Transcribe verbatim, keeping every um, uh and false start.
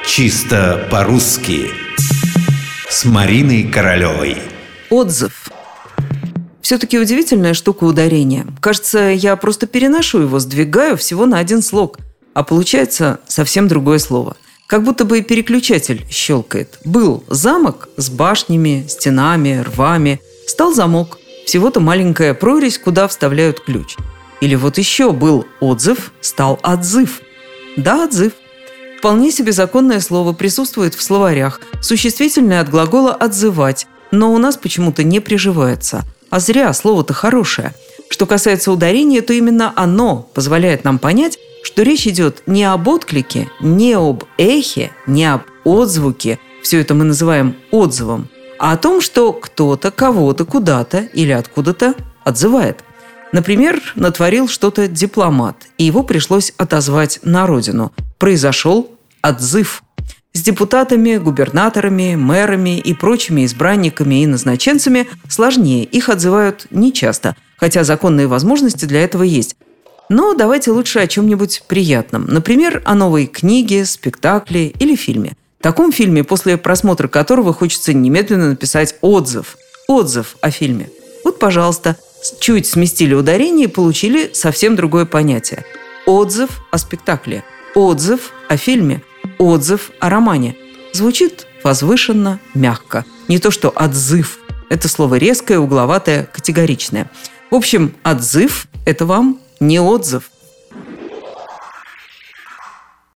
Чисто по-русски с Мариной Королевой. Отзыв. Все-таки удивительная штука ударения. Кажется, я просто переношу его, сдвигаю всего на один слог, а получается совсем другое слово. Как будто бы переключатель щелкает. Был замок с башнями, стенами, рвами. Стал замок. Всего-то маленькая прорезь, куда вставляют ключ. Или вот еще был отзыв, стал отзыв. Да, отзыв. Вполне себе законное слово присутствует в словарях. Существительное от глагола «отзывать». Но у нас почему-то не приживается. А зря, слово-то хорошее. Что касается ударения, то именно оно позволяет нам понять, что речь идет не об отклике, не об эхе, не об отзвуке. Все это мы называем отзывом. А о том, что кто-то кого-то куда-то или откуда-то отзывает. Например, натворил что-то дипломат, и его пришлось отозвать на родину. Произошел отзыв. С депутатами, губернаторами, мэрами и прочими избранниками и назначенцами сложнее. Их отзывают нечасто, хотя законные возможности для этого есть. Но давайте лучше о чем-нибудь приятном. Например, о новой книге, спектакле или фильме. В таком фильме, после просмотра которого хочется немедленно написать отзыв. Отзыв о фильме. Вот, пожалуйста, чуть сместили ударение и получили совсем другое понятие. Отзыв о спектакле. Отзыв о фильме. Отзыв о романе. Звучит возвышенно, мягко. Не то что отзыв. Это слово резкое, угловатое, категоричное. В общем, отзыв – это вам не отзыв.